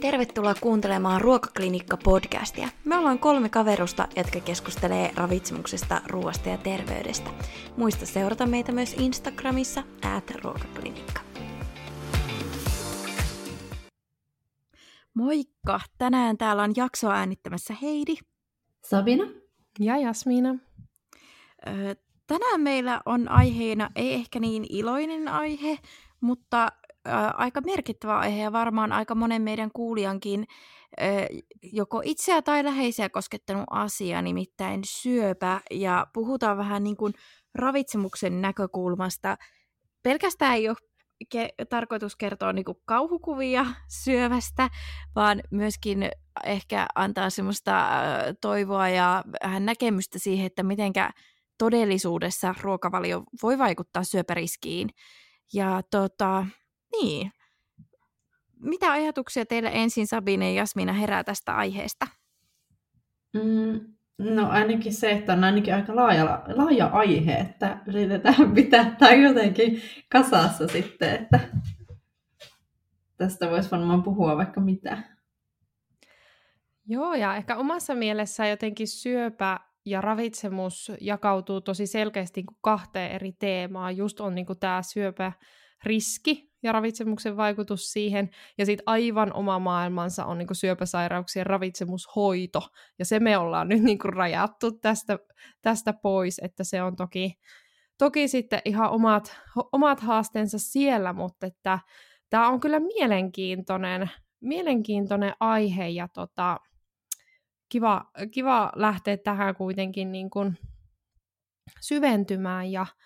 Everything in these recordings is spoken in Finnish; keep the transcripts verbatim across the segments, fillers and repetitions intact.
Tervetuloa kuuntelemaan Ruokaklinikka-podcastia. Me ollaan kolme kaverusta, jotka keskustelee ravitsemuksesta, ruoasta ja terveydestä. Muista seurata meitä myös Instagramissa ät ruokaklinikka. Moikka! Tänään täällä on jaksoa äänittämässä Heidi, Sabina ja Jasmiina. Öö, tänään meillä on aiheena ei ehkä niin iloinen aihe, mutta Ää, aika merkittävä aihe ja varmaan aika monen meidän kuulijankin ää, joko itseä tai läheisiä koskettanut asia, nimittäin syöpä. Ja puhutaan vähän niin kuin ravitsemuksen näkökulmasta. Pelkästään ei ole ke- tarkoitus kertoa niin kuin kauhukuvia syövästä, vaan myöskin ehkä antaa semmoista ää, toivoa ja vähän näkemystä siihen, että mitenkä todellisuudessa ruokavalio voi vaikuttaa syöpäriskiin. Ja tota... Niin. Mitä ajatuksia teillä ensin, Sabine ja Jasmiina, herää tästä aiheesta? Mm, no ainakin se, että on ainakin aika laaja, laaja aihe, että yritetään pitää tämä jotenkin kasassa sitten, että tästä voisi varmaan puhua vaikka mitä. Joo, ja ehkä omassa mielessä jotenkin syöpä ja ravitsemus jakautuu tosi selkeästi kahteen eri teemaan. Just on niin kuin tämä syöpäriski ja ravitsemuksen vaikutus siihen, ja sitten aivan oma maailmansa on niin kuin syöpäsairauksien ravitsemushoito, ja se me ollaan nyt niin kuin rajattu tästä, tästä pois, että se on toki, toki sitten ihan omat, omat haasteensa siellä, mutta että tämä on kyllä mielenkiintoinen, mielenkiintoinen aihe, ja tota, kiva, kiva lähteä tähän kuitenkin niin kuin syventymään, ja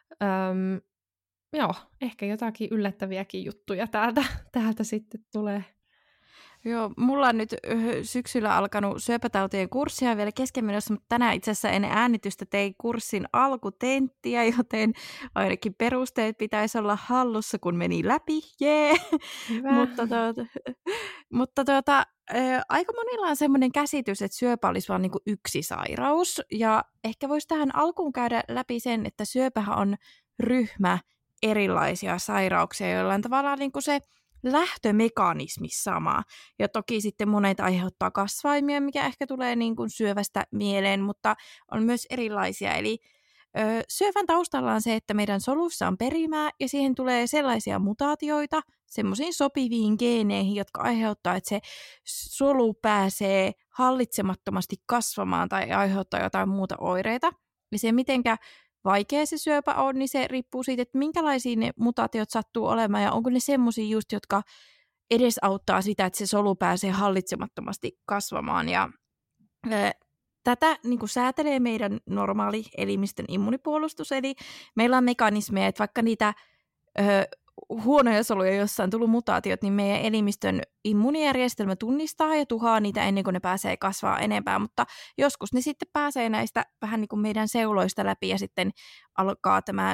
öm, joo, ehkä jotakin yllättäviäkin juttuja täältä, täältä sitten tulee. Joo, mulla on nyt syksyllä alkanut syöpätautien kurssia vielä keskenmenossa, mutta tänään itse asiassa ennen äänitystä tein kurssin alkutenttiä, joten ainakin perusteet pitäisi olla hallussa, kun meni läpi, jee! mutta tuota, mutta tuota, aika monilla on semmoinen käsitys, että syöpä olisi vain niin kuin yksi sairaus, ja ehkä voisi tähän alkuun käydä läpi sen, että syöpähän on ryhmä erilaisia sairauksia, joilla on tavallaan niin kuin se lähtömekanismi sama. Ja toki sitten monet aiheuttaa kasvaimia, mikä ehkä tulee niin kuin syövästä mieleen, mutta on myös erilaisia. Eli ö, syövän taustalla on se, että meidän solussa on perimää ja siihen tulee sellaisia mutaatioita semmoisiin sopiviin geeneihin, jotka aiheuttaa, että se solu pääsee hallitsemattomasti kasvamaan tai aiheuttaa jotain muuta oireita. Ja se mitenkä vaikea se syöpä on, niin se riippuu siitä, että minkälaisia ne mutaatiot sattuu olemaan ja onko ne semmoisia just, jotka edesauttaa sitä, että se solu pääsee hallitsemattomasti kasvamaan. Ja ää, tätä niin kuin säätelee meidän normaali elimistön immunipuolustus, eli meillä on mekanismeja, että vaikka niitä ää, huonoja soluja, joissa on tullut mutaatiot, niin meidän elimistön immuunijärjestelmä tunnistaa ja tuhaa niitä ennen kuin ne pääsee kasvaa enempää, mutta joskus ne sitten pääsee näistä vähän niin kuin meidän seuloista läpi ja sitten alkaa tämä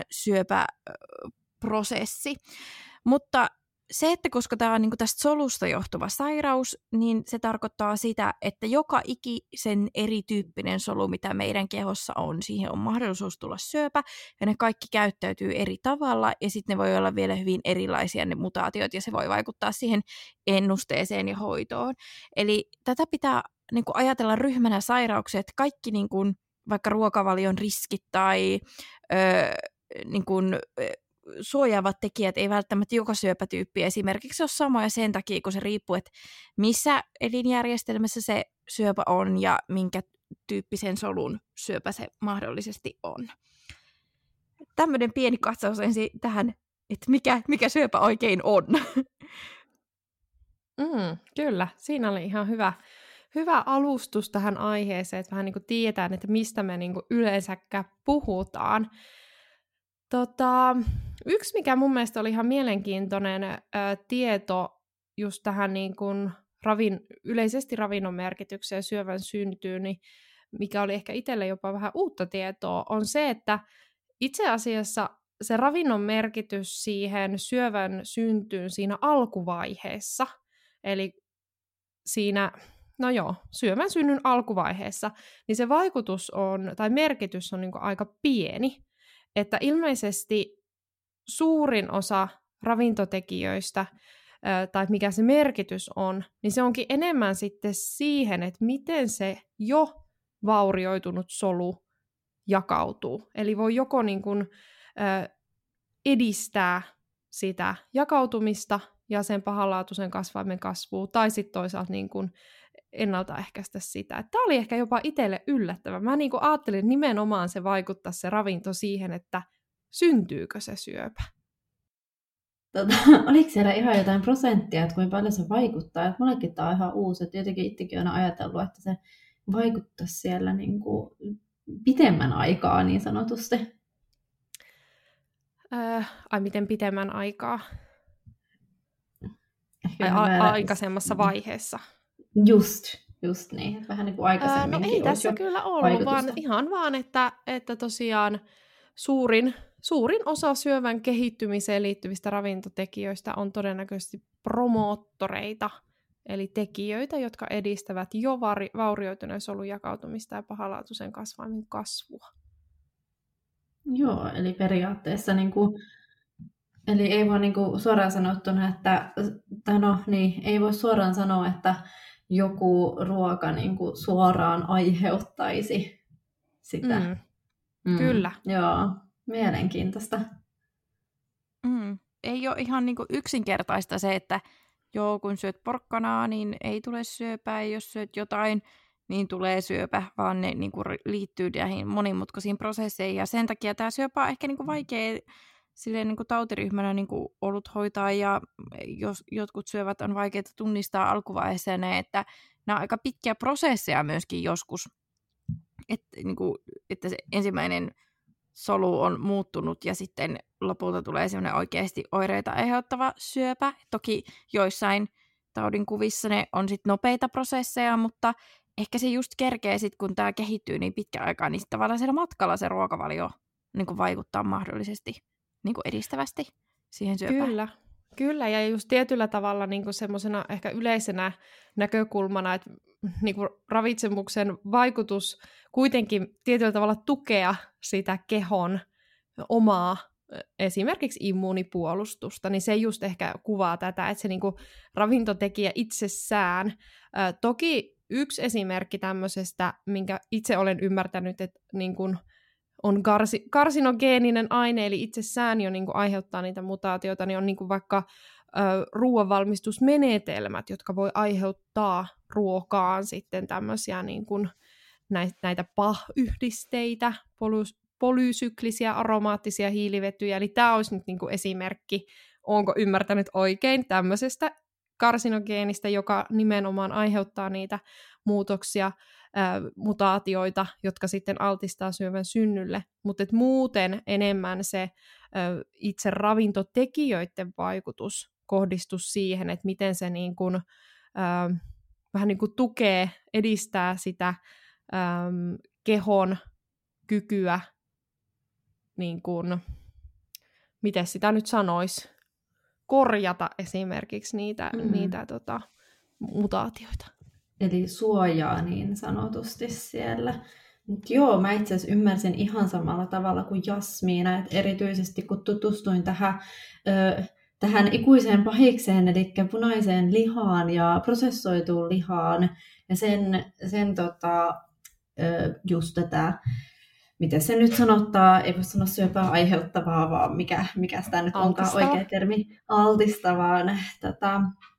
syöpäprosessi. Mutta se, että koska tämä on niin kuin tästä solusta johtuva sairaus, niin se tarkoittaa sitä, että joka ikisen erityyppinen solu, mitä meidän kehossa on, siihen on mahdollisuus tulla syöpä, ja ne kaikki käyttäytyy eri tavalla, ja sitten ne voi olla vielä hyvin erilaisia ne mutaatiot, ja se voi vaikuttaa siihen ennusteeseen ja hoitoon. Eli tätä pitää niin kuin ajatella ryhmänä sairauksia, että kaikki niin kuin, vaikka ruokavalion riskit tai öö, niin kuin, suojaavat tekijät ei välttämättä joka syöpätyyppi esimerkiksi ole samoja sen takia, kun se riippuu, että missä elinjärjestelmässä se syöpä on ja minkä tyyppisen solun syöpä se mahdollisesti on. Tämmöinen pieni katsaus ensin tähän, että mikä, mikä syöpä oikein on. Mm, kyllä, siinä oli ihan hyvä, hyvä alustus tähän aiheeseen, että vähän niin kuin tiedetään, että mistä me niin kuin yleensäkään puhutaan. Tota, yksi, mikä mun mielestä oli ihan mielenkiintoinen ä, tieto just tähän niin kuin ravin, yleisesti ravinnon merkitykseen syövän syntyyn, niin mikä oli ehkä itselle jopa vähän uutta tietoa, on se, että itse asiassa se ravinnon merkitys siihen syövän syntyyn siinä alkuvaiheessa, eli siinä, no joo, syövän synnyn alkuvaiheessa, niin se vaikutus on, tai merkitys on niin kuin aika pieni. Että ilmeisesti suurin osa ravintotekijöistä tai mikä se merkitys on, niin se onkin enemmän sitten siihen, että miten se jo vaurioitunut solu jakautuu. Eli voi joko niin kuin, ö, edistää sitä jakautumista ja sen pahanlaatuisen kasvaimen kasvua, tai sitten toisaalta niin kuin ennaltaehkäistä sitä. Tämä oli ehkä jopa itselle yllättävä. Mä niin kuin ajattelin, että nimenomaan se vaikuttaa se ravinto siihen, että syntyykö se syöpä. Tota, oliko siellä ihan jotain prosenttia, että kuinka paljon se vaikuttaa? Että mullekin tämä on ihan uusi, että jotenkin itsekin olen ajatellut, että se vaikuttaa siellä niin kuin pitemmän aikaa niin sanotusti. Öö, ai miten pitemmän aikaa? Ehkä ai, a- aikaisemmassa vaiheessa. Just, just niin. Että vähän niin kuin aikaisemminkin. Öö, no ei tässä kyllä ollut, vaan ihan vaan, että, että tosiaan suurin, suurin osa syövän kehittymiseen liittyvistä ravintotekijöistä on todennäköisesti promoottoreita, eli tekijöitä, jotka edistävät jo vari, vaurioituneen solun jakautumista ja pahanlaatuisen kasvaimen kasvua. Joo, eli periaatteessa niin kuin, eli ei voi niin kuin suoraan sanottuna, että no, niin, ei voi suoraan sanoa, että joku ruoka niin kuin suoraan aiheuttaisi sitä. Mm. Mm. Kyllä. Joo, mielenkiintoista. Mm. Ei ole ihan niin kuin yksinkertaista se, että joo, kun syöt porkkanaa, niin ei tule syöpää, ja jos syöt jotain, niin tulee syöpä, vaan ne niin kuin liittyy näihin monimutkaisiin prosesseihin, ja sen takia tämä syöpä on ehkä niin kuin vaikea silleen niin kuin tautiryhmänä niin kuin ollut hoitaa, ja jos jotkut syövät on vaikeaa tunnistaa alkuvaiheessa ne, että nämä on aika pitkiä prosesseja myöskin joskus, että, niin kuin, että se ensimmäinen solu on muuttunut ja sitten lopulta tulee semmoinen oikeasti oireita aiheuttava syöpä. Toki joissain taudinkuvissa ne on sitten nopeita prosesseja, mutta ehkä se just kerkee sitten, kun tämä kehittyy niin pitkä aikaa, niin tavallaan siellä matkalla se ruokavalio niin kuin vaikuttaa mahdollisesti niin kuin edistävästi siihen syöpään. Kyllä, kyllä, ja just tietyllä tavalla niin kuin semmoisena ehkä yleisenä näkökulmana, että niin kuin ravitsemuksen vaikutus kuitenkin tietyllä tavalla tukea sitä kehon omaa esimerkiksi immuunipuolustusta, niin se just ehkä kuvaa tätä, että se niin kuin ravintotekijä itsessään. Ää, toki yksi esimerkki tämmöisestä, minkä itse olen ymmärtänyt, että niin kuin on karsi- karsinogeeninen aine, eli itsessään jo niin kuin aiheuttaa niitä mutaatioita, niin on niin kuin vaikka ö, ruoanvalmistusmenetelmät, jotka voi aiheuttaa ruokaan sitten tämmöisiä niin kuin näitä, näitä P A H-yhdisteitä, polys- polysyklisiä aromaattisia hiilivetyjä, eli tämä olisi nyt niin kuin esimerkki, onko ymmärtänyt oikein tämmöisestä karsinogeenistä, joka nimenomaan aiheuttaa niitä muutoksia, ää, mutaatioita, jotka sitten altistaa syövän synnylle, mutta muuten enemmän se ää, itse ravintotekijöiden vaikutus kohdistus siihen, että miten se niin kuin, ää, vähän niin kuin tukee, edistää sitä ää, kehon kykyä, niin kuin, miten sitä nyt sanoisi, korjata esimerkiksi niitä, mm. niitä tota, mutaatioita. Eli suojaa niin sanotusti siellä. Mut joo, mä itse asiassa ymmärsin ihan samalla tavalla kuin Jasmiina, että erityisesti kun tutustuin tähän, ö, tähän ikuiseen pahikseen, eli punaiseen lihaan ja prosessoituun lihaan, ja sen, sen tota, ö, just tätä, miten se nyt sanottaa, ei voi sanoa syöpää aiheuttavaa, vaan mikä, mikä sitä nyt onkaan oikea termi, altistavaan, tota,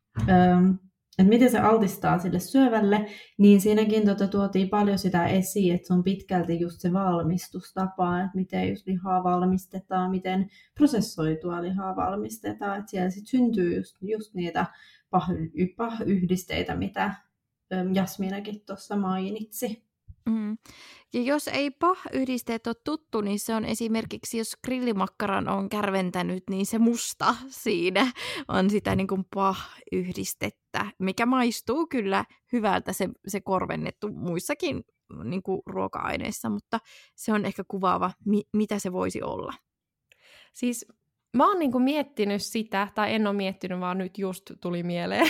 ö, että miten se altistaa sille syövälle, niin siinäkin tota, tuotiin paljon sitä esiin, että se on pitkälti just se valmistustapa, että miten just lihaa valmistetaan, miten prosessoitua lihaa valmistetaan, että siellä sit syntyy just, just niitä pah- pah-yhdisteitä, mitä Jasminakin tuossa mainitsi. Mm. Ja jos ei P A H-yhdisteet ole tuttu, niin se on esimerkiksi, jos grillimakkaran on kärventänyt, niin se musta siinä on sitä niin kuin P A H-yhdistettä, mikä maistuu kyllä hyvältä se, se korvennettu muissakin niin kuin ruoka-aineissa, mutta se on ehkä kuvaava, mi- mitä se voisi olla. Siis mä oon niin kuin miettinyt sitä, tai en ole miettinyt, vaan nyt just tuli mieleen,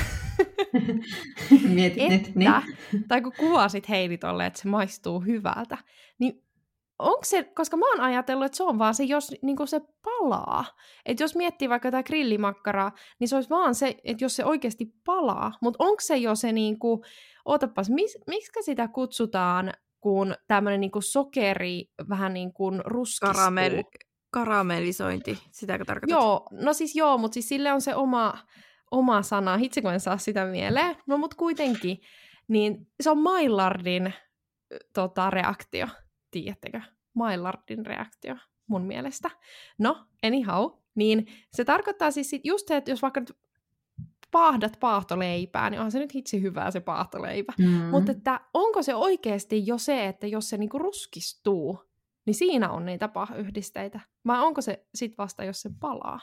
Mietit että, nyt, niin. tai kun kuvasit Heidi tolle, että se maistuu hyvältä, niin onko se, koska mä oon ajatellut, että se on vaan se, jos niinku se palaa. Että jos miettii vaikka jotain grillimakkaraa, niin se olisi vaan se, että jos se oikeasti palaa. Mutta onko se jo se, niinku, ootapas, mis, miksi sitä kutsutaan, kun tämmöinen niinku sokeri vähän niin kuin ruskistuu? Karamell, karamellisointi, sitäkö tarkoitat? Joo, no siis joo, mutta siis sille on se oma, oma sana. Hitsi kun en saa sitä mieleen. No mut kuitenkin, niin se on Maillardin tota, reaktio. Tiedättekö? Maillardin reaktio mun mielestä. No, anyhow, niin se tarkoittaa siis sit just se, että jos vaikka nyt paahdat paahtoleipää, niin onhan se nyt hitsi hyvää se paahtoleipä. Mm. Mutta että onko se oikeasti jo se, että jos se niinku ruskistuu, niin siinä on niitä pahyhdisteitä? Vai onko se sit vasta, jos se palaa?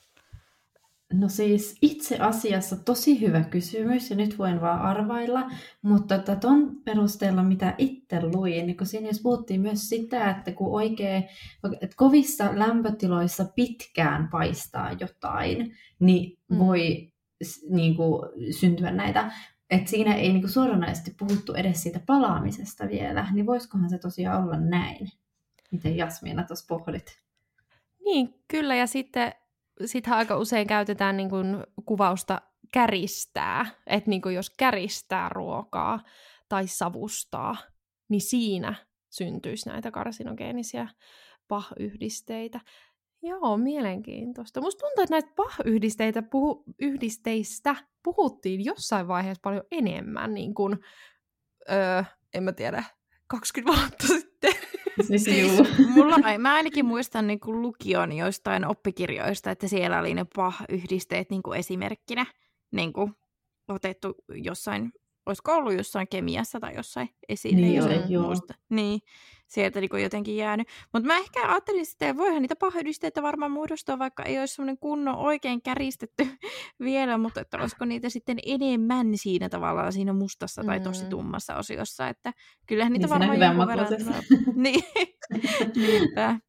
No siis itse asiassa tosi hyvä kysymys, ja nyt voin vaan arvailla, mutta tuon perusteella, mitä itse luin, niin kun siinä jos puhuttiin myös sitä, että kun oikein, että kovissa lämpötiloissa pitkään paistaa jotain, niin voi mm. niin kuin, syntyä näitä, että siinä ei niin kuin, suoranaisesti puhuttu edes siitä palaamisesta vielä, niin voisikohan se tosiaan olla näin? Miten Jasmiina tuossa pohdit? Niin, kyllä, ja sitten Sittenhän aika usein käytetään niin kuin kuvausta käristää, että niin kuin jos käristää ruokaa tai savustaa, niin siinä syntyisi näitä karsinogeenisia pahyhdisteitä. Joo, mielenkiintoista. Musta tuntuu, että näistä pahyhdisteitä puhu, yhdisteistä puhuttiin jossain vaiheessa paljon enemmän, niin kuin, öö, en mä tiedä, kaksikymmentä vuotta sitten. Siis mulla, mä ainakin muistan niin kuin lukion joistain oppikirjoista, että siellä oli ne pahyhdisteet niin kuin esimerkkinä niin kuin otettu jossain, olisiko ollut jossain kemiassa tai jossain esille. Niin, oli, joo. Niin, sieltä niin kuin jotenkin jäänyt. Mutta mä ehkä ajattelin sitä, että voihan niitä pahyhdisteitä varmaan muodostua, vaikka ei olisi semmoinen kunnon oikein käristetty vielä, mutta että olisiko niitä sitten enemmän siinä tavallaan siinä mustassa tai tosi tummassa osiossa, että kyllähän niitä niin varmaan jonkun verran. Niin, niinpä.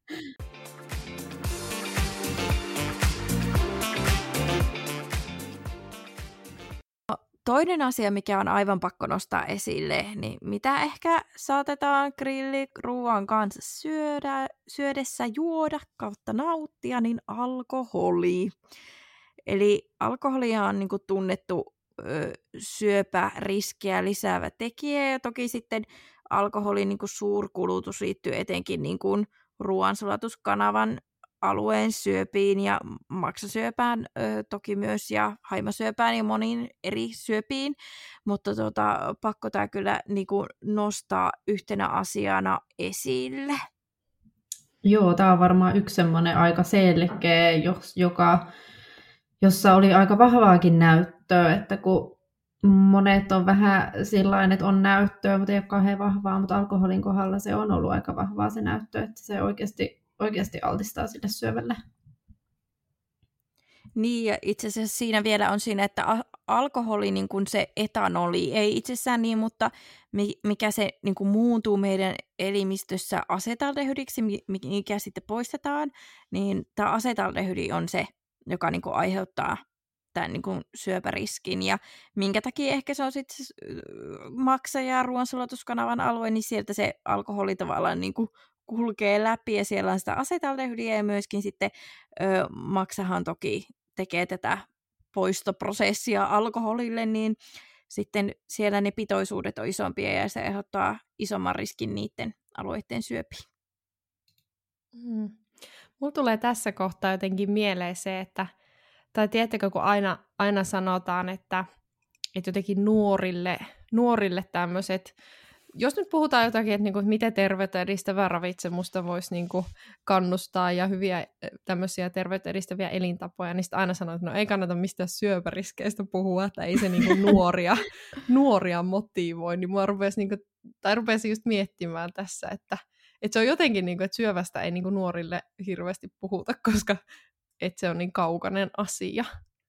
Toinen asia, mikä on aivan pakko nostaa esille, niin mitä ehkä saatetaan grilliruuan kanssa syödä, syödessä juoda kautta nauttia, niin alkoholi. Eli alkoholia on niin kuin tunnettu ö, syöpäriskiä lisäävä tekijä, ja toki sitten alkoholin niin kuin suurkulutus liittyy etenkin niin kuin ruoansulatuskanavan alueen syöpiin ja maksasyöpään ö, toki myös ja haimasyöpään ja moniin eri syöpiin, mutta tota, pakko tämä kyllä niin kuin nostaa yhtenä asiana esille. Joo, tämä on varmaan yksi semmoinen aika selkeä, joka, jossa oli aika vahvaakin näyttöä, että kun monet on vähän sillain, että on näyttöä, mutta ei ole kauhean vahvaa, mutta alkoholin kohdalla se on ollut aika vahvaa se näyttö, että se oikeasti oikeasti altistaa sille syövälle. Niin, ja itse asiassa siinä vielä on siinä, että alkoholi, niin kuin se etanoli, ei itsessään niin, mutta mikä se niin kuin muuntuu meidän elimistössä asetaldehydiksi, mikä sitten poistetaan, niin tämä asetaldehydi on se, joka niin kuin aiheuttaa tämän niin kuin syöpäriskin, ja minkä takia ehkä se on sitten maksaja ruoansulatuskanavan alue, niin sieltä se alkoholi tavallaan niin kuin kulkee läpi, ja siellä on sitä asetaldehydiä, ja myöskin sitten ö, maksahan toki tekee tätä poistoprosessia alkoholille, niin sitten siellä ne pitoisuudet on isompia, ja se aiheuttaa isomman riskin niiden alueiden syöpiin. Mm. Mulla tulee tässä kohtaa jotenkin mieleen se, että, tai tiedättekö, kun aina, aina sanotaan, että, että jotenkin nuorille, nuorille tämmöiset, jos nyt puhutaan jotakin, että niinku, miten terveyttä edistävää ravitsemusta voisi niinku kannustaa ja hyviä tämmöisiä terveyttä edistäviä elintapoja, niin sitten aina sanoo, että no ei kannata mistään syöpäriskeistä puhua, että ei se niinku nuoria, nuoria motivoi, niin mua rupesi, niinku, tai rupesi just miettimään tässä, että, että se on jotenkin, niinku, että syövästä ei niinku nuorille hirveästi puhuta, koska että se on niin kaukainen asia.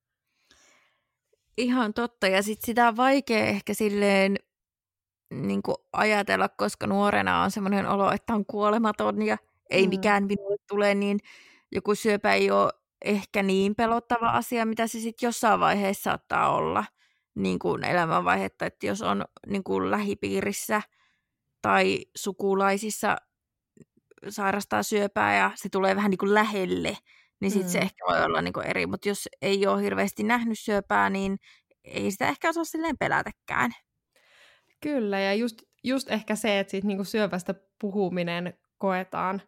Ihan totta, ja sitten sitä on vaikea ehkä silleen niin kuin ajatella, koska nuorena on semmoinen olo, että on kuolematon ja ei mm. mikään minulle tule, niin joku syöpä ei ole ehkä niin pelottava asia, mitä se sitten jossain vaiheessa saattaa olla niin kuin elämänvaihetta, että jos on niin kuin lähipiirissä tai sukulaisissa sairastaa syöpää ja se tulee vähän niin kuin lähelle, niin sitten mm. se ehkä voi olla niin kuin eri. Mutta jos ei ole hirveästi nähnyt syöpää, niin ei sitä ehkä osaa silleen pelätäkään. Kyllä, ja just, just ehkä se, että siitä niin kuin syöpästä puhuminen koetaan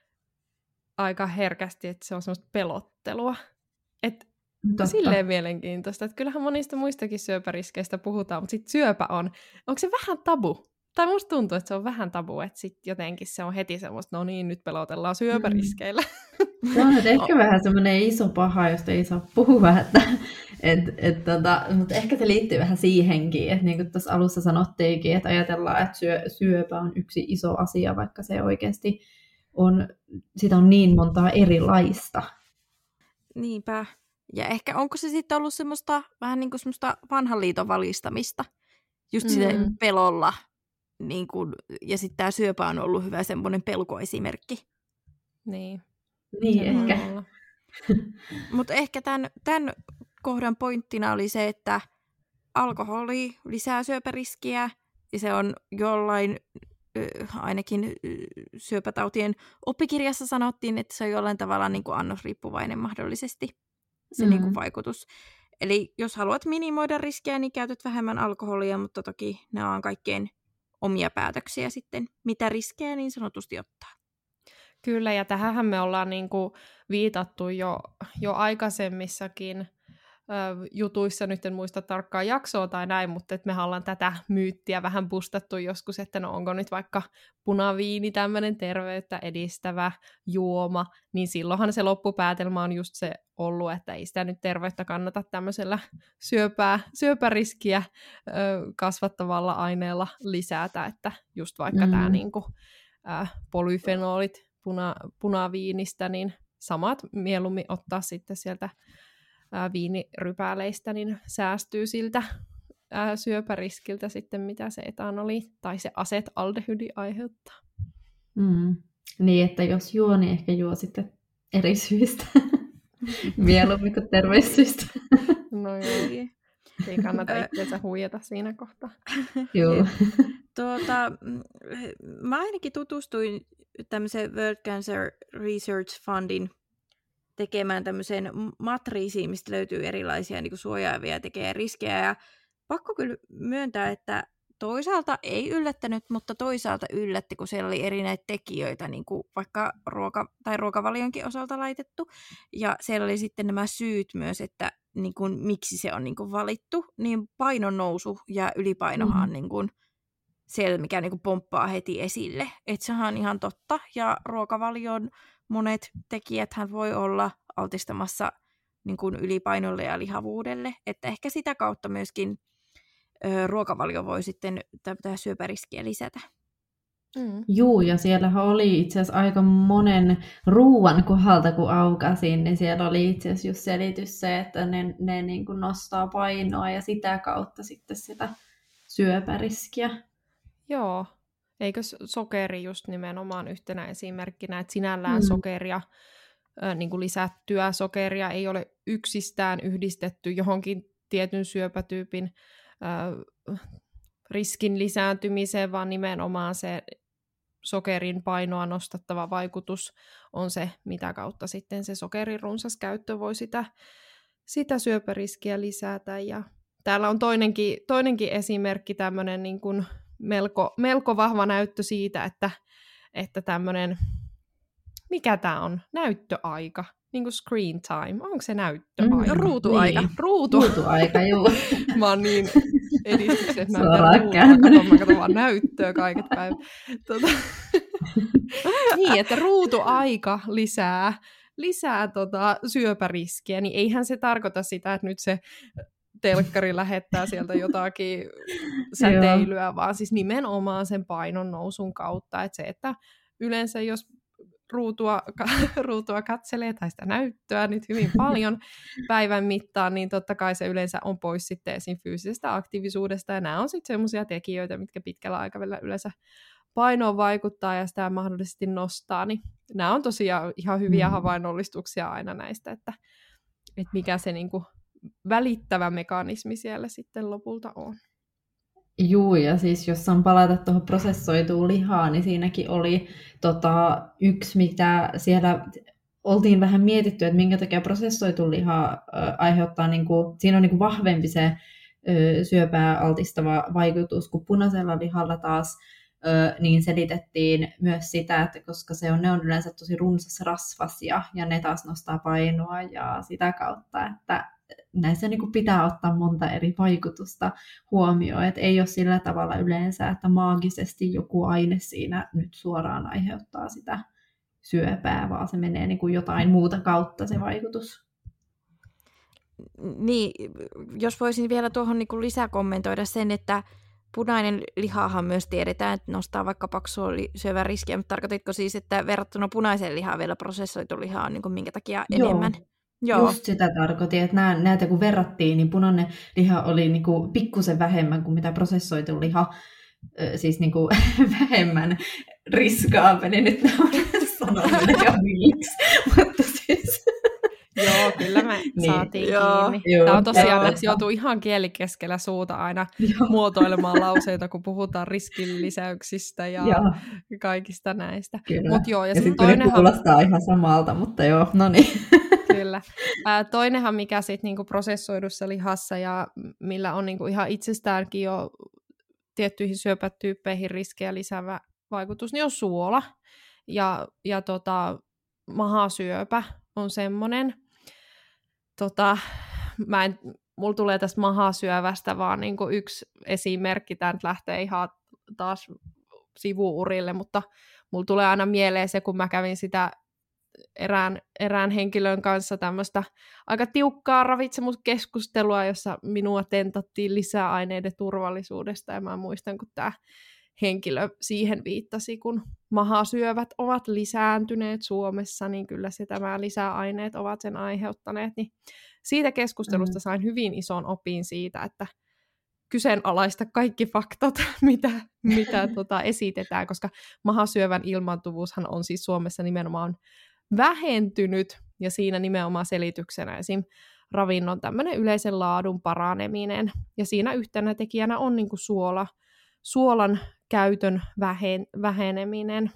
aika herkästi, että se on semmoista pelottelua. Että silleen mielenkiintoista, että kyllähän monista muistakin syöpäriskeistä puhutaan, mutta sitten syöpä on, onko se vähän tabu? Tai musta tuntuu, että se on vähän tabu, että sitten jotenkin se on heti semmoista, no niin, nyt pelotellaan syöpäriskeillä. Mm. Se on nyt ehkä vähän semmoinen iso paha, josta ei saa puhua, että, et, et, tota, mutta ehkä se liittyy vähän siihenkin, että niin kuin tuossa alussa sanottiinkin, että ajatellaan, että syö, syöpä on yksi iso asia, vaikka se oikeasti on, sitä on niin montaa erilaista. Niinpä. Ja ehkä onko se sitten ollut semmoista vähän niin kuin semmoista vanhan liiton valistamista, just sitä mm. pelolla. Niin kuin, ja sitten tämä syöpä on ollut hyvä semmoinen pelkoesimerkki. Niin. Niin ehkä. Mutta ehkä tämän, tämän kohdan pointtina oli se, että alkoholi lisää syöpäriskiä, ja se on jollain, ainakin syöpätautien oppikirjassa sanottiin, että se on jollain tavalla niin kuin annosriippuvainen mahdollisesti se mm. niin kuin vaikutus. Eli jos haluat minimoida riskiä, niin käytät vähemmän alkoholia, mutta toki nämä on kaikkein omia päätöksiä sitten, mitä riskejä niin sanotusti ottaa. Kyllä, ja tähänhän me ollaan niin kuin viitattu jo, jo aikaisemmissakin ö, jutuissa, nyt en muista tarkkaa jaksoa tai näin, mutta että me ollaan tätä myyttiä vähän bustattu joskus, että no onko nyt vaikka punaviini tämmöinen terveyttä edistävä juoma, niin silloinhan se loppupäätelmä on just se ollut, että ei sitä nyt terveyttä kannata tämmöisellä syöpää, syöpäriskiä ö, kasvattavalla aineella lisätä, että just vaikka mm. tämä niinku, ö, polyfenolit puna, punaviinistä, niin samat mieluummin ottaa sitten sieltä ä, viinirypäleistä, niin säästyy siltä ä, syöpäriskiltä sitten, mitä se etanoli tai se asetaldehydi aiheuttaa. Mm. Niin, että jos juo, niin ehkä juo sitten eri syistä. Mieluummin kuin terveyssyistä. No joo. Ei kannata itseänsä huijata siinä kohtaa. Joo. Tuota, mä ainakin tutustuin tämmöiseen World Cancer Research Fundin tekemään tämmöiseen matriisiin, mistä löytyy erilaisia niin kuin suojaavia ja tekee riskejä. Ja pakko kyllä myöntää, että toisaalta ei yllättänyt, mutta toisaalta yllätti, kun siellä oli eri näitä tekijöitä, niin kuin vaikka ruoka- tai ruokavalionkin osalta laitettu. Ja siellä oli sitten nämä syyt myös, että niin kuin, miksi se on niin kuin valittu. Niin painon nousu ja ylipainohan on mm. niin kuin se, mikä niin kuin pomppaa heti esille. Että sehän on ihan totta. Ja ruokavalion monet tekijäthän voi olla altistamassa niin kuin ylipainolle ja lihavuudelle. Että ehkä sitä kautta myöskin ö, ruokavalio voi sitten tätä syöpäriskiä lisätä. Mm. Juu, ja siellä oli itse asiassa aika monen ruuan kohdalta, kun aukasin, niin siellä oli itse asiassa just selitys se, että ne, ne niin kuin nostaa painoa ja sitä kautta sitten sitä syöpäriskiä. Joo, eikö sokeri just nimenomaan yhtenä esimerkkinä, että sinällään mm. sokeria, äh, niin kuin lisättyä sokeria ei ole yksistään yhdistetty johonkin tietyn syöpätyypin äh, riskin lisääntymiseen, vaan nimenomaan se sokerin painoa nostattava vaikutus on se, mitä kautta sitten se sokerin runsas käyttö voi sitä, sitä syöpäriskiä lisätä. Ja täällä on toinenkin, toinenkin esimerkki, tämmöinen niin kuin melko, melko vahva näyttö siitä, että, että tämmöinen, mikä tämä on, näyttöaika, niin kuin screen time, onko se näyttöaika? Mm, ruutuaika. Niin. Ruutu. Ruutuaika, joo. Mä oon niin edistykset, että mä en ruutua, mä katson vaan näyttöä kaiket päivät. Tota. Niin, että ruutuaika lisää, lisää tota syöpäriskiä, niin eihän se tarkoita sitä, että nyt se telkkari lähettää sieltä jotakin säteilyä, vaan siis nimenomaan sen painon nousun kautta. Että se, että yleensä jos ruutua, ruutua katselee tai sitä näyttöä nyt hyvin paljon päivän mittaan, niin totta kai se yleensä on pois sitten esim. Fyysisestä aktiivisuudesta, ja nämä on sitten semmoisia tekijöitä, mitkä pitkällä aikavälillä yleensä painoon vaikuttaa ja sitä mahdollisesti nostaa, niin nämä on tosiaan ihan hyviä havainnollistuksia aina näistä, että, että mikä se niinku välittävä mekanismi siellä sitten lopulta on. Juu, ja siis jos saan palata tuohon prosessoituun lihaan, niin siinäkin oli tota, yksi, mitä siellä oltiin vähän mietitty, että minkä takia prosessoitu liha ö, aiheuttaa, niin kuin, siinä on niin kuin vahvempi se ö, syöpää altistava vaikutus kuin punaisella lihalla taas, ö, niin selitettiin myös sitä, että koska se on, ne on yleensä tosi runsas rasvasia ja ne taas nostaa painoa ja sitä kautta, että näissä niin kuin pitää ottaa monta eri vaikutusta huomioon, että ei ole sillä tavalla yleensä, että maagisesti joku aine siinä nyt suoraan aiheuttaa sitä syöpää, vaan se menee niin kuin jotain muuta kautta se vaikutus. Niin, jos voisin vielä tuohon niin kuin lisäkommentoida sen, että punainen lihahan myös tiedetään, että nostaa vaikka paksuolisyövän riskiä, mutta tarkoititko siis, että verrattuna punaiseen lihaan vielä prosessoitu liha on niin kuin minkä takia enemmän? Joo. Joo. Just sitä tarkoitin, että nää, näitä kun verrattiin, niin punainen liha oli niin kuin pikkusen vähemmän kuin mitä prosessoitu liha, siis niin kuin vähemmän riskaapeli, nyt nämä on sanonut liian villiksi, mutta siis... Joo, kyllä me niin. saatiin Joo. kiinni. Joo. Tämä on tosiaan, että joutuu ihan kieli keskellä suuta aina Joo. muotoilemaan lauseita, kun puhutaan riskinlisäyksistä ja joo. kaikista näistä. Mut joo, ja, ja sitten toinenhan... kuulostaa ihan samalta, mutta joo, no niin. Kyllä. Ää, toinenhan, mikä sitten niinku prosessoidussa lihassa ja millä on niinku ihan itsestäänkin jo tiettyihin syöpätyyppeihin riskejä lisäävä vaikutus, niin on suola. Ja, ja tota, mahasyöpä on semmoinen. Tota, mä en, mulla tulee tästä mahasyövästä vaan niinku yksi esimerkki, tämä nyt lähtee ihan taas sivuurille, mutta mulla tulee aina mieleen se, kun mä kävin sitä erään, erään henkilön kanssa tämmöistä aika tiukkaa ravitsemuskeskustelua, jossa minua tentattiin lisäaineiden turvallisuudesta, ja mä muistan, kun tämä henkilö siihen viittasi, kun mahasyövät ovat lisääntyneet Suomessa, niin kyllä se tämä lisäaineet ovat sen aiheuttaneet, niin siitä keskustelusta sain hyvin ison opin siitä, että kyseenalaista kaikki faktat, mitä, mitä tota esitetään, koska mahasyövän ilmaantuvuushan on siis Suomessa nimenomaan vähentynyt, ja siinä nimenomaan selityksenä esim. Ravinnon tämmöinen yleisen laadun paraneminen, ja siinä yhtenä tekijänä on niin kuin suola, suolan käytön vähen, väheneminen.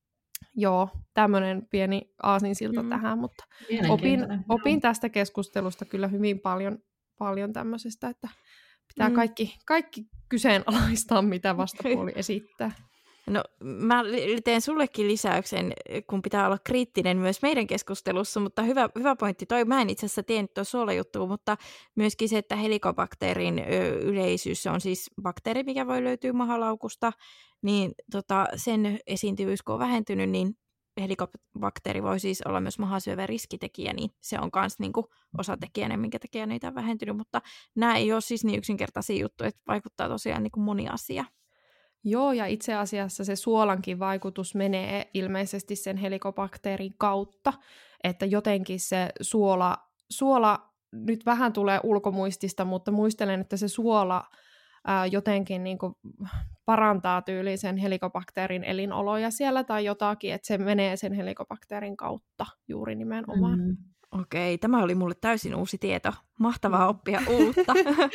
Joo, tämmöinen pieni aasinsilta mm. tähän, mutta opin, opin tästä keskustelusta kyllä hyvin paljon, paljon tämmöisestä, että pitää mm. kaikki, kaikki kyseenalaistaa, mitä vastapuoli esittää. No, mä teen sullekin lisäyksen, kun pitää olla kriittinen myös meidän keskustelussa, mutta hyvä, hyvä pointti toi. Mä en itse asiassa tiennyt tuo suolajuttua, mutta myöskin se, että helikobakteerin yleisyys on siis bakteeri, mikä voi löytyä mahalaukusta, niin tota, sen esiintyvyys, kun on vähentynyt, niin helikobakteeri voi siis olla myös mahasyövän riskitekijä, niin se on myös niinku osatekijänä, minkä takia niitä on vähentynyt, mutta nämä ei ole siis niin yksinkertaisia juttuja, että vaikuttaa tosiaan niinku moni asia. Joo, ja itse asiassa se suolankin vaikutus menee ilmeisesti sen helikobakteerin kautta, että jotenkin se suola, suola nyt vähän tulee ulkomuistista, mutta muistelen, että se suola ää, jotenkin niin kuin parantaa tyyliin sen helikobakteerin elinoloja siellä tai jotakin, että se menee sen helikobakteerin kautta juuri nimenomaan. Mm. Okei, tämä oli mulle täysin uusi tieto. Mahtavaa oppia uutta.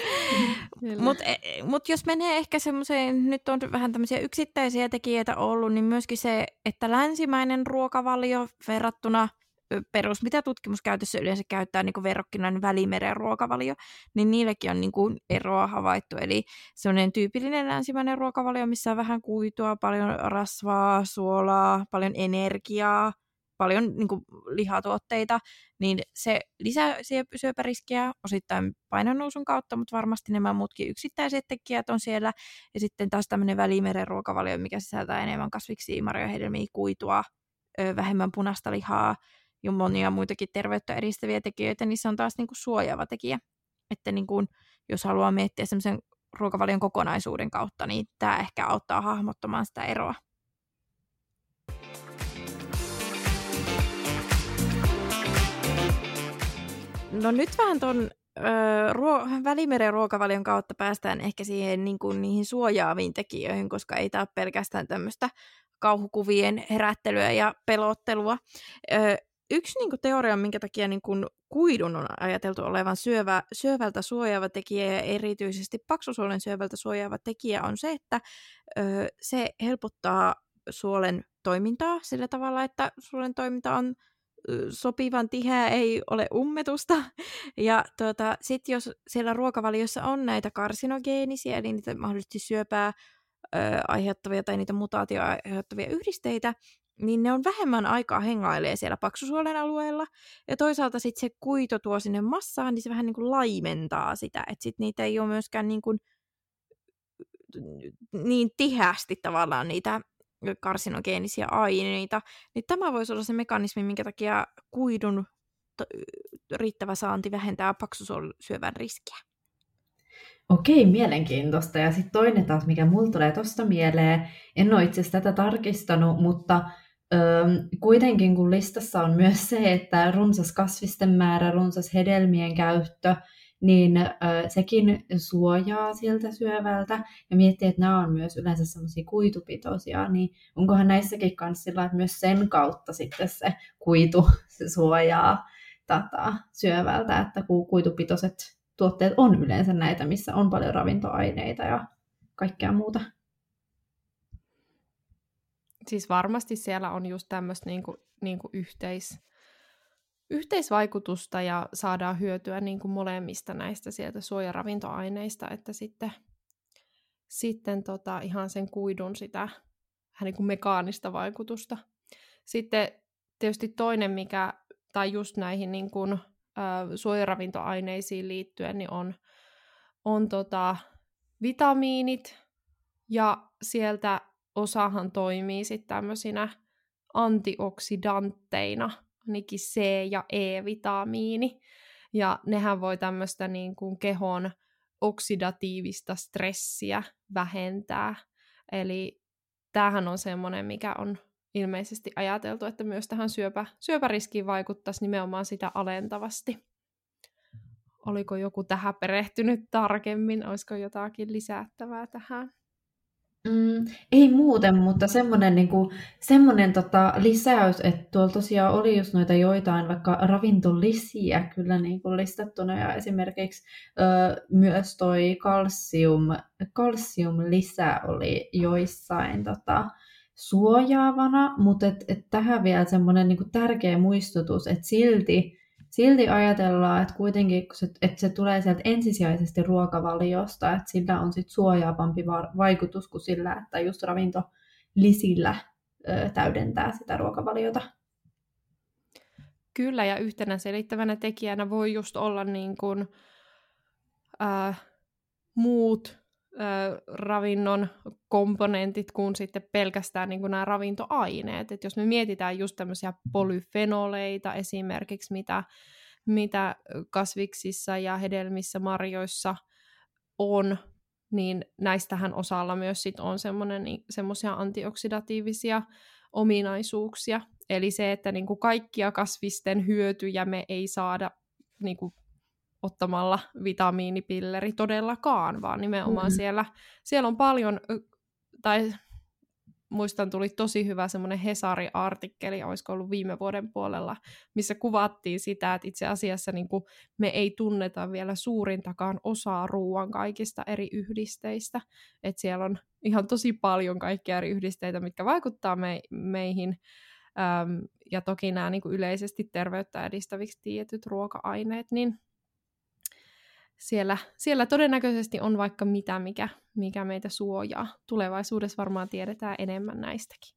Mutta mut jos menee ehkä semmoiseen, nyt on vähän tämmöisiä yksittäisiä tekijöitä ollut, niin myöskin se, että länsimäinen ruokavalio verrattuna perus, mitä tutkimuskäytössä yleensä käyttää niin kuin verrokkinainen Välimeren ruokavalio, niin niilläkin on niin kuin eroa havaittu. Eli semmoinen tyypillinen länsimäinen ruokavalio, missä on vähän kuitua, paljon rasvaa, suolaa, paljon energiaa, paljon niin kuin lihatuotteita, niin se lisää syöpäriskiä osittain painonnousun kautta, mutta varmasti nämä muutkin yksittäiset tekijät on siellä. Ja sitten taas tämmöinen Välimeren ruokavalio, mikä sisältää enemmän kasviksia, marjoja, hedelmiä, kuitua, vähemmän punaista lihaa ja monia muitakin terveyttä edistäviä tekijöitä, niin se on taas niin kuin suojaava tekijä. Että niin kuin, jos haluaa miettiä semmoisen ruokavalion kokonaisuuden kautta, niin tämä ehkä auttaa hahmottamaan sitä eroa. No nyt vähän tuon ruo- Välimeren ruokavalion kautta päästään ehkä siihen niin kuin niihin suojaaviin tekijöihin, koska ei tämä ole pelkästään tämmöistä kauhukuvien herättelyä ja pelottelua. Ö, yksi niin kuin teoria, minkä takia niin kuin kuidun on ajateltu olevan syövä, syövältä suojaava tekijä ja erityisesti paksusuolen syövältä suojaava tekijä on se, että ö, se helpottaa suolen toimintaa sillä tavalla, että suolen toiminta on sopivan tiheä, ei ole ummetusta. Ja tuota, sitten jos siellä ruokavaliossa on näitä karsinogeenisiä, eli niitä mahdollisesti syöpää ö, aiheuttavia tai niitä mutaatioa aiheuttavia yhdisteitä, niin ne on vähemmän aikaa hengailee siellä paksusuolen alueella. Ja toisaalta sitten se kuito tuo sinne massaan, niin se vähän niin kuin laimentaa sitä. Että sitten niitä ei ole myöskään niin, kuin, niin tiheästi tavallaan niitä karsinogeenisia aineita. Niin tämä voisi olla se mekanismi, minkä takia kuidun riittävä saanti vähentää paksusuolensyövän riskiä. Okei, mielenkiintoista. Ja sitten toinen taas, mikä mulla tulee tuosta mieleen, en ole itse asiassa tätä tarkistanut, mutta ö, kuitenkin kun listassa on myös se, että runsas kasvisten määrä, runsas hedelmien käyttö, niin ö, sekin suojaa siltä syövältä. Ja miettii, että nämä on myös yleensä semmoisia kuitupitoisia, niin onkohan näissäkin kanssa sillä, että myös sen kautta sitten se kuitu se suojaa tata, syövältä, että kuitupitoiset tuotteet on yleensä näitä, missä on paljon ravintoaineita ja kaikkea muuta. Siis varmasti siellä on just tämmöistä niinku, niinku yhteis, yhteisvaikutusta ja saadaan hyötyä niinku molemmista näistä sieltä suojaravintoaineista, että sitten, sitten tota ihan sen kuidun sitä vähän niin kuin mekaanista vaikutusta. Sitten tietysti toinen, mikä, tai just näihin niin kuin, ä, suojaravintoaineisiin liittyen, niin on, on tota, vitamiinit, ja sieltä osahan toimii sitten tämmöisinä antioksidantteina, ainakin C- ja E-vitamiini, ja nehän voi tämmöistä niin kuin kehon oksidatiivista stressiä vähentää, eli tämähän on semmoinen, mikä on ilmeisesti ajateltu, että myös tähän syöpä, syöpäriskiin vaikuttaisi nimenomaan sitä alentavasti. Oliko joku tähän perehtynyt tarkemmin? Olisiko jotakin lisättävää tähän? Mm, ei muuten, mutta semmoinen, niin kuin, semmoinen tota, lisäys, että tuolla tosiaan oli just noita joitain vaikka ravintolisiä kyllä niin kuin listattuna, ja esimerkiksi ö, myös toi kalsium, kalsiumlisä oli joissain tota, suojaavana, mutta et, et tähän vielä semmoinen niin kuin tärkeä muistutus, että silti Silti ajatellaan, että kuitenkin se, että se tulee sieltä ensisijaisesti ruokavaliosta, että sillä on sit suojaavampi vaikutus kuin sillä, että just ravintolisillä ö, täydentää sitä ruokavaliota. Kyllä, ja yhtenä selittävänä tekijänä voi just olla niin kuin, äh, muut äh, ravinnon komponentit kuin sitten pelkästään niin kuin nämä ravintoaineet. Et jos me mietitään just tämmöisiä polyfenoleita esimerkiksi, mitä, mitä kasviksissa ja hedelmissä, marjoissa on, niin näistähän osalla myös sit on semmoisia antioksidatiivisia ominaisuuksia. Eli se, että niin kuin kaikkia kasvisten hyötyjä me ei saada niin kuin ottamalla vitamiinipilleri todellakaan, vaan nimenomaan mm-hmm. siellä, siellä on paljon, tai muistan tuli tosi hyvä semmoinen Hesari-artikkeli, olisiko ollut viime vuoden puolella, missä kuvattiin sitä, että itse asiassa niin kuin me ei tunneta vielä suurintakaan osaa ruoan kaikista eri yhdisteistä, että siellä on ihan tosi paljon kaikkia eri yhdisteitä, mitkä vaikuttaa me, meihin, äm, ja toki nämä niin kuin yleisesti terveyttä edistäviksi tietyt ruoka-aineet, niin Siellä, siellä todennäköisesti on vaikka mitä, mikä, mikä meitä suojaa. Tulevaisuudessa varmaan tiedetään enemmän näistäkin.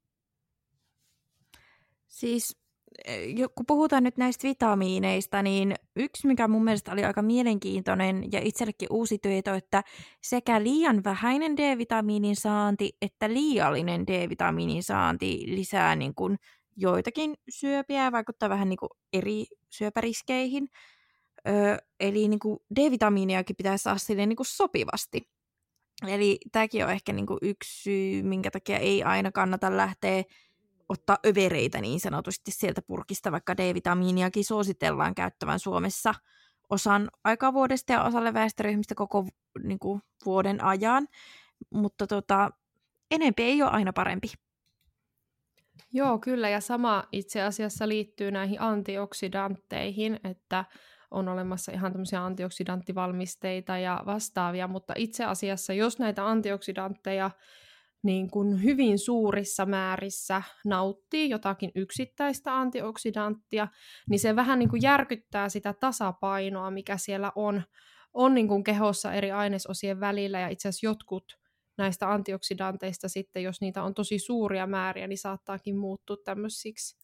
Siis kun puhutaan nyt näistä vitamiineista, niin yksi, mikä mun mielestä oli aika mielenkiintoinen ja itsellekin uusi tieto, että sekä liian vähäinen D-vitamiinin saanti että liiallinen D-vitamiinin saanti lisää niin kuin joitakin syöpiä ja vaikuttaa vähän niin kuin eri syöpäriskeihin. Öö, eli niin kuin D-vitamiiniakin pitää saada silleen niin kuin sopivasti. Eli tämäkin on ehkä niin kuin yksi syy, minkä takia ei aina kannata lähteä ottaa övereitä niin sanotusti sieltä purkista, vaikka D-vitamiiniakin suositellaan käyttävän Suomessa osan aikavuodesta ja osalle väestöryhmistä koko niin kuin, vuoden ajan. Mutta tota, enempi ei ole aina parempi. Joo, kyllä, ja sama itse asiassa liittyy näihin antioksidantteihin, että on olemassa ihan tämmöisiä antioksidanttivalmisteita ja vastaavia, mutta itse asiassa jos näitä antioksidantteja niin kuin hyvin suurissa määrissä nauttii jotakin yksittäistä antioksidanttia, niin se vähän niin kuin järkyttää sitä tasapainoa, mikä siellä on, on niin kuin kehossa eri ainesosien välillä, ja itse asiassa jotkut näistä antioksidanteista sitten, jos niitä on tosi suuria määriä, niin saattaakin muuttua tämmöisiksi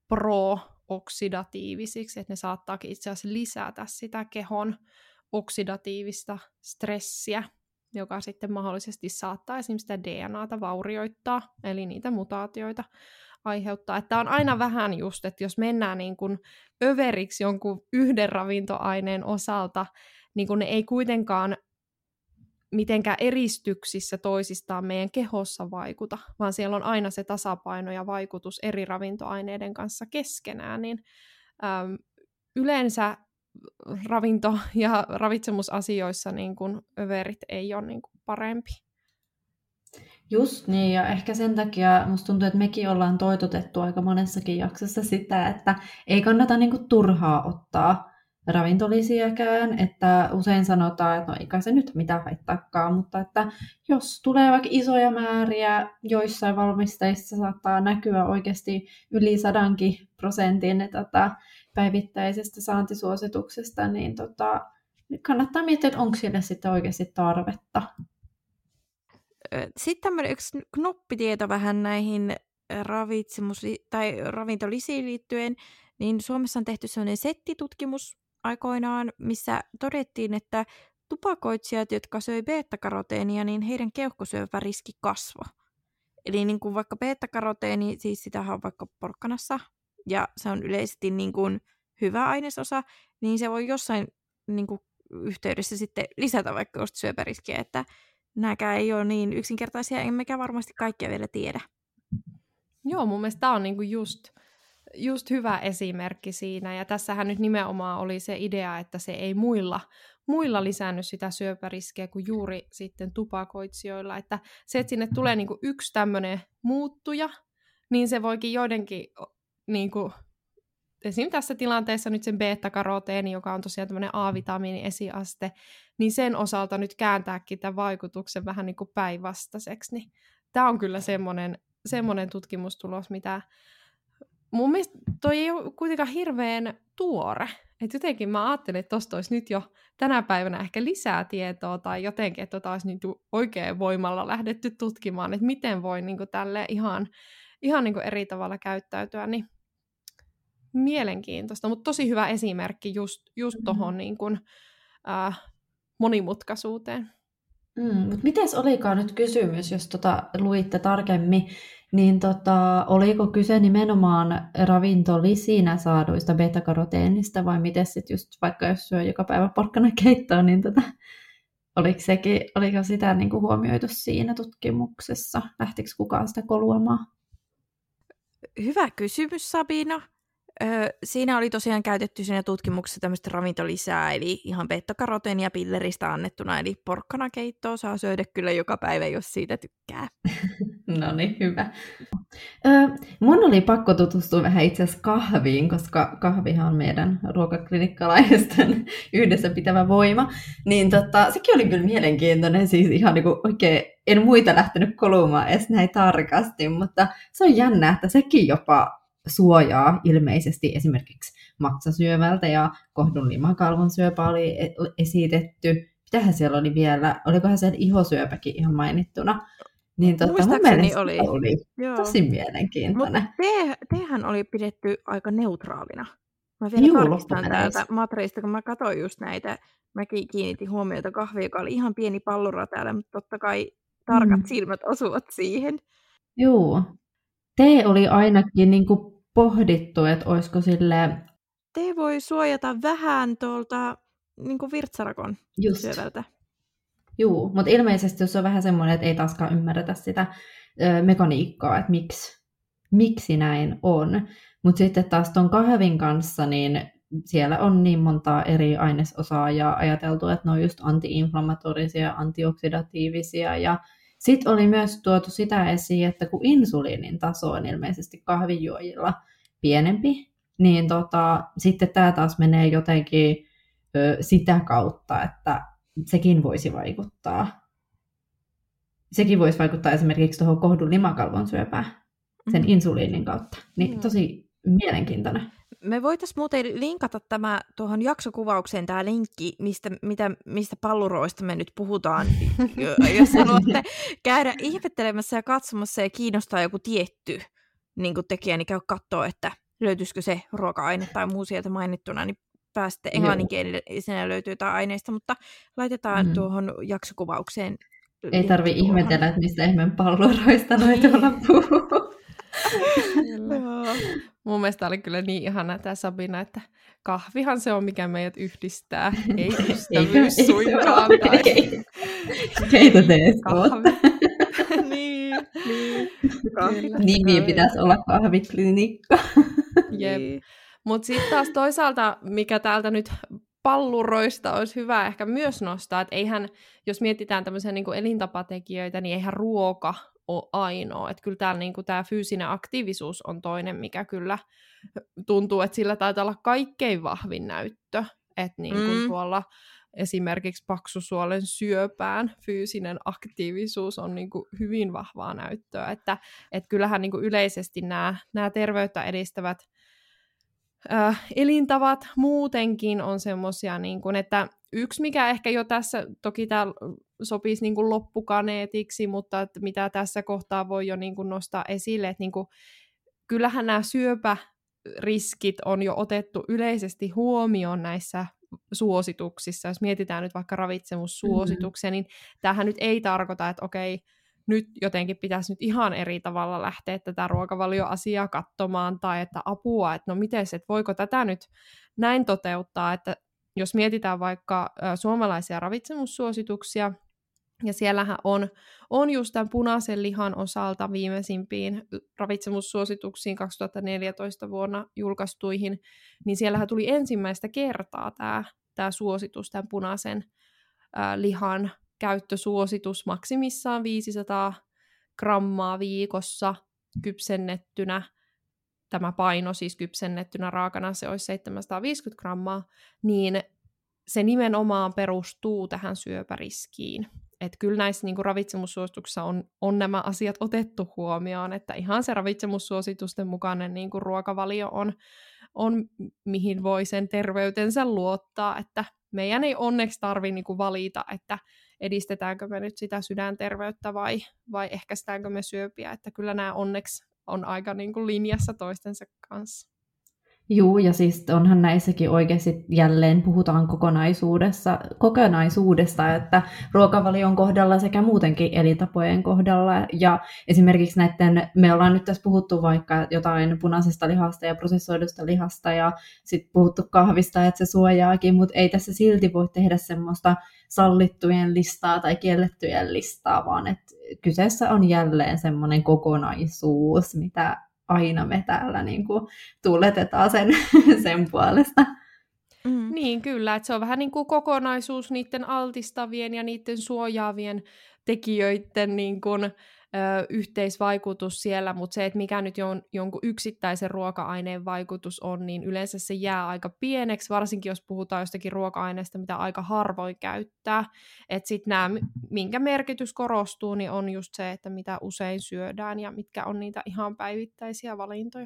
pro-oksidatiivisiksi, että ne saattaakin itse asiassa lisätä sitä kehon oksidatiivista stressiä, joka sitten mahdollisesti saattaa esimerkiksi sitä D N A:ta vaurioittaa, eli niitä mutaatioita aiheuttaa. Tämä on aina vähän just, että jos mennään niin kuin överiksi jonkun yhden ravintoaineen osalta, niin kun ne ei kuitenkaan mitenkään eristyksissä toisistaan meidän kehossa vaikuta, vaan siellä on aina se tasapaino ja vaikutus eri ravintoaineiden kanssa keskenään, niin äm, yleensä ravinto- ja ravitsemusasioissa niin kun överit ei ole niin kun parempi. Just niin, ja ehkä sen takia musta tuntuu, että mekin ollaan toitotettu aika monessakin jaksossa sitä, että ei kannata niinku turhaa ottaa ravintolisiäkään, että usein sanotaan, että no eikä se nyt mitään haittaakaan, mutta että jos tulee vaikka isoja määriä, joissain valmisteissa saattaa näkyä oikeasti yli sadankin prosentin tätä päivittäisestä saantisuosituksesta, niin tota, kannattaa miettiä, että onko sille sitten oikeasti tarvetta. Sitten tämmöinen yksi knoppitieto vähän näihin ravitsemus- tai ravintolisiin liittyen, niin Suomessa on tehty sellainen settitutkimus aikoinaan, missä todettiin, että tupakoitsijat, jotka söi beta-karoteenia, niin heidän keuhkosyöpäriski kasvoi. Eli niin kuin vaikka beta-karoteeni, siis sitähän on vaikka porkkanassa, ja se on yleisesti niin kuin hyvä ainesosa, niin se voi jossain niin kuin yhteydessä sitten lisätä vaikka syöpäriskiä, että nämäkään ei ole niin yksinkertaisia, emmekä varmasti kaikkea vielä tiedä. Joo, mun mielestä tämä on niinku just, just hyvä esimerkki siinä. Ja tässähän nyt nimenomaan oli se idea, että se ei muilla, muilla lisännyt sitä syöpäriskiä kuin juuri sitten tupakoitsijoilla. Että se, että sinne tulee niinku yksi tämmöinen muuttuja, niin se voikin joidenkin, niinku, esimerkiksi tässä tilanteessa nyt sen beta-karoteeni, joka on tosiaan tämmöinen A-vitamiinin esiaste, niin sen osalta nyt kääntääkin tämän vaikutuksen vähän niin kuin päinvastaiseksi. Niin tämä on kyllä semmoinen, semmoinen tutkimustulos, mitä mun mielestä toi ei ole kuitenkaan hirveän tuore. Että jotenkin mä ajattelin, että tuosta olisi nyt jo tänä päivänä ehkä lisää tietoa tai jotenkin, että tota olisi niin oikein voimalla lähdetty tutkimaan, että miten voi niin kuin tälle ihan, ihan niin kuin eri tavalla käyttäytyä, niin mielenkiintoista, mutta tosi hyvä esimerkki just, just tuohon niin kuin, äh, monimutkaisuuteen. Mm, mutta mites olikaan nyt kysymys, jos tota luitte tarkemmin, niin tota, oliko kyse nimenomaan ravintolisinä saaduista beta-karoteenista vai miten sitten just vaikka jos syö joka päivä porkkanakeittoa, niin tota, oliko, sekin, oliko sitä niinku huomioitu siinä tutkimuksessa? Lähtikö kukaan sitä koluamaan? Hyvä kysymys, Sabina. Öö, siinä oli tosiaan käytetty siinä tutkimuksessa tämmöistä ravintolisää, eli ihan beta-karoteenia pilleristä annettuna, eli porkkanakeittoa saa syödä kyllä joka päivä, jos siitä tykkää. No niin, hyvä. Öö, mun oli pakko tutustua vähän itse asiassa kahviin, koska kahvihan on meidän ruokaklinikkalaisten yhdessä pitävä voima. Niin tota, sekin oli kyllä mielenkiintoinen, siis ihan niin kuin oikein, en muita lähtenyt kolumaan edes näin tarkasti, mutta se on jännä, että sekin jopa suojaa ilmeisesti esimerkiksi maksasyövältä ja kohdun limakalvon syöpä oli esitetty. Mitähän siellä oli vielä? Olikohan siellä ihosyöpäkin ihan mainittuna? Niin tota, mun mielestä oli, oli tosi mielenkiintoinen. Mutta tehän oli pidetty aika neutraalina. Mä vielä Juu, tarkistan täältä matreista, kun mä katsoin just näitä. Mäkin kiinnitin huomiota kahvia, joka oli ihan pieni pallura täällä, mutta totta kai tarkat mm. silmät osuvat siihen. Joo. Tee oli ainakin niin kuin pohdittu, että olisiko sille... Tee voi suojata vähän tuolta niin kuin virtsarakon Just. syövältä. Joo, mutta ilmeisesti jos on vähän semmoinen, että ei taaskaan ymmärretä sitä ö, mekaniikkaa, että miksi, miksi näin on. Mutta sitten taas tuon kahvin kanssa, niin siellä on niin montaa eri ainesosaa ja ajateltu, että ne on just anti-inflammatorisia, antioksidatiivisia ja Sitten oli myös tuotu sitä esiin, että kun insuliinin taso on ilmeisesti kahvinjuojilla pienempi, niin tota, sitten tämä taas menee jotenkin ö, sitä kautta, että sekin voisi vaikuttaa. Sekin voisi vaikuttaa esimerkiksi tuohon kohdun limakalvon syöpään sen mm-hmm. insuliinin kautta. Niin tosi mielenkiintoinen. Me voitaisiin muuten linkata tämä tuohon jaksokuvaukseen tämä linkki, mistä, mitä, mistä palluroista me nyt puhutaan. Jos haluatte käydä ihmettelemässä ja katsomassa ja kiinnostaa joku tietty niin tekijä, niin käy katsoa, että löytyisikö se ruoka-aine tai muu sieltä mainittuna, niin pääsette englanninkielisenä löytyy jotain aineista, mutta laitetaan mm. tuohon jaksokuvaukseen. Ei tarvitse ihmetellä, että mistä ihmeen palluroista noita olla puhuu. Mun mielestä oli kyllä niin ihana tämä Sabina, että kahvihan se on, mikä meidät yhdistää, ei ystävyys suinkaan. Keitä teet oot? Niin, niin. Nimi pitäisi olla kahviklinikka. Jep. Mutta sitten taas toisaalta, mikä täältä nyt palluroista olisi hyvä ehkä myös nostaa, että eihän, jos mietitään tämmöisiä niin kuin elintapatekijöitä, niin eihän ruoka ole ainoa. Että kyllä täällä niin kuin tämä fyysinen aktiivisuus on toinen, mikä kyllä tuntuu, että sillä taitaa olla kaikkein vahvin näyttö. Että niin kuin mm. tuolla esimerkiksi paksusuolen syöpään fyysinen aktiivisuus on niin kuin hyvin vahvaa näyttöä. Että et kyllähän niin kuin yleisesti nämä, nämä terveyttä edistävät Äh, elintavat muutenkin on semmoisia, niin kuin, että yksi mikä ehkä jo tässä, toki tämä sopisi niin kuin loppukaneetiksi, mutta että mitä tässä kohtaa voi jo niin kuin nostaa esille, että niin kuin, kyllähän nämä syöpäriskit on jo otettu yleisesti huomioon näissä suosituksissa. Jos mietitään nyt vaikka ravitsemussuosituksia, mm-hmm. niin tämähän nyt ei tarkoita, että okei, nyt jotenkin pitäisi nyt ihan eri tavalla lähteä tätä ruokavalioasiaa katsomaan, tai että apua, että no miten se, että voiko tätä nyt näin toteuttaa, että jos mietitään vaikka ä, suomalaisia ravitsemussuosituksia, ja siellähän on, on just tämän punaisen lihan osalta viimeisimpiin ravitsemussuosituksiin kaksituhattaneljätoista vuonna julkaistuihin, niin siellähän tuli ensimmäistä kertaa tämä, tämä suositus, tämän punaisen ä, lihan käyttösuositus maksimissaan viisisataa grammaa viikossa kypsennettynä. Tämä paino siis kypsennettynä raakana, se olisi seitsemänsataaviisikymmentä grammaa, niin se nimenomaan perustuu tähän syöpäriskiin. Että kyllä näissä niin kuin ravitsemussuosituksissa on, on nämä asiat otettu huomioon, että ihan se ravitsemussuositusten mukainen niin kuin ruokavalio on, on, mihin voi sen terveytensä luottaa, että meidän ei onneksi tarvitse niin kuin valita, että edistetäänkö me nyt sitä sydänterveyttä vai, vai ehkäistäänkö me syöpiä, että kyllä nämä onneksi on aika niin kuin linjassa toistensa kanssa. Juu, ja siis onhan näissäkin oikeasti jälleen puhutaan kokonaisuudessa, kokonaisuudesta, että ruokavalion kohdalla sekä muutenkin elintapojen kohdalla. Ja esimerkiksi näiden, me ollaan nyt tässä puhuttu vaikka jotain punaisesta lihasta ja prosessoidusta lihasta ja sitten puhuttu kahvista, että se suojaakin, mutta ei tässä silti voi tehdä semmoista sallittujen listaa tai kiellettyjen listaa, vaan että kyseessä on jälleen semmoinen kokonaisuus, mitä aina me täällä niin kuin tuuletetaan sen, sen puolesta. Mm. Niin, kyllä. Että se on vähän niin kuin kokonaisuus niiden altistavien ja niiden suojaavien tekijöiden niin kuin, ö, yhteisvaikutus siellä, mutta se, että mikä nyt jon, jonkun yksittäisen ruoka-aineen vaikutus on, niin yleensä se jää aika pieneksi, varsinkin jos puhutaan jostakin ruoka-aineesta, mitä aika harvoin käyttää. Että sitten nämä, minkä merkitys korostuu, niin on just se, että mitä usein syödään ja mitkä on niitä ihan päivittäisiä valintoja.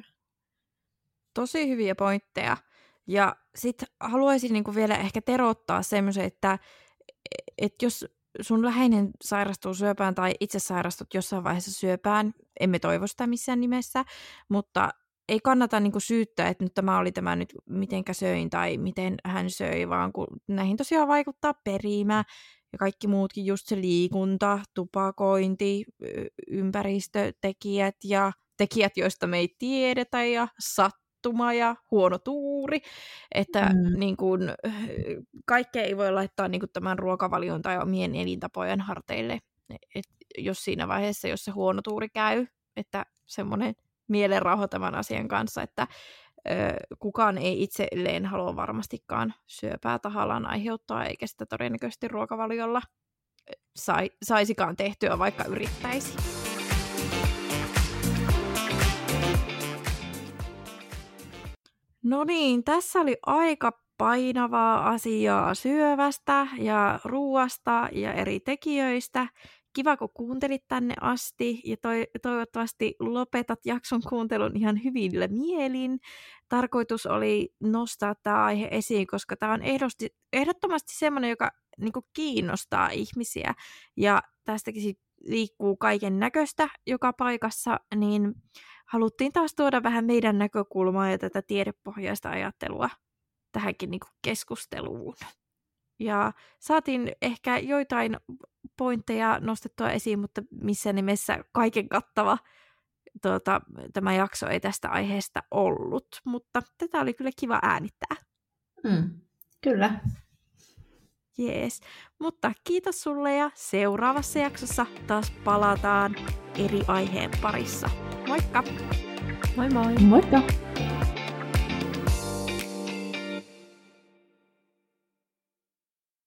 Tosi hyviä pointteja. Ja sitten haluaisin niinku vielä ehkä terottaa semmoisen, että et jos sun läheinen sairastuu syöpään tai itse sairastut jossain vaiheessa syöpään, emme toivo sitä missään nimessä, mutta ei kannata niinku syyttää, että nyt tämä oli tämä nyt mitenkä söin tai miten hän söi, vaan kun näihin tosiaan vaikuttaa perimä ja kaikki muutkin, just se liikunta, tupakointi, ympäristötekijät ja tekijät, joista me ei tiedetä ja sattuma ja huono tuuri, että mm. niin kun, kaikkea ei voi laittaa niin kun tämän ruokavalion tai omien elintapojen harteille, et jos siinä vaiheessa, jos se huono tuuri käy, että semmoinen mielenrauha tämän asian kanssa, että ö, kukaan ei itselleen halua varmastikaan syöpää tahallaan aiheuttaa, eikä sitä todennäköisesti ruokavaliolla sai, saisikaan tehtyä, vaikka yrittäisi. No niin, tässä oli aika painavaa asiaa syövästä ja ruuasta ja eri tekijöistä. Kiva, kun kuuntelit tänne asti ja toi, toivottavasti lopetat jakson kuuntelun ihan hyvillä mielin. Tarkoitus oli nostaa tämä aihe esiin, koska tämä on ehdosti, ehdottomasti semmoinen, joka niin kuin kiinnostaa ihmisiä ja tästäkin sit liikkuu kaiken näköistä joka paikassa, niin haluttiin taas tuoda vähän meidän näkökulmaa ja tätä tiedepohjaista ajattelua tähänkin niin kuin keskusteluun. Ja saatiin ehkä joitain pointteja nostettua esiin, mutta missään nimessä kaiken kattava tuota, tämä jakso ei tästä aiheesta ollut. Mutta tätä oli kyllä kiva äänittää. Mm, kyllä. Jees. Mutta kiitos sulle ja seuraavassa jaksossa taas palataan eri aiheen parissa. Moikka! Moi moi! Moikka!